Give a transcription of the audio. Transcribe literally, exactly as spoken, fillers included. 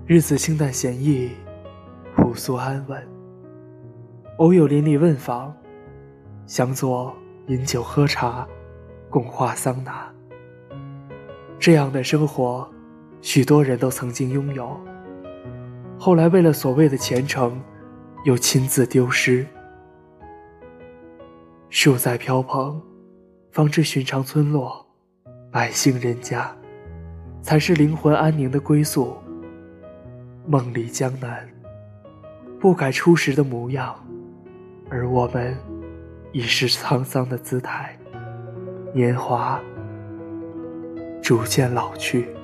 日子清淡闲逸，朴素安稳。偶有邻里问访，相坐饮酒喝茶，共话桑拿。这样的生活，许多人都曾经拥有，后来为了所谓的前程，又亲自丢失。树在飘蓬，方知寻常村落，百姓人家，才是灵魂安宁的归宿。梦里江南，不改初时的模样，而我们已是沧桑的姿态，年华逐渐老去。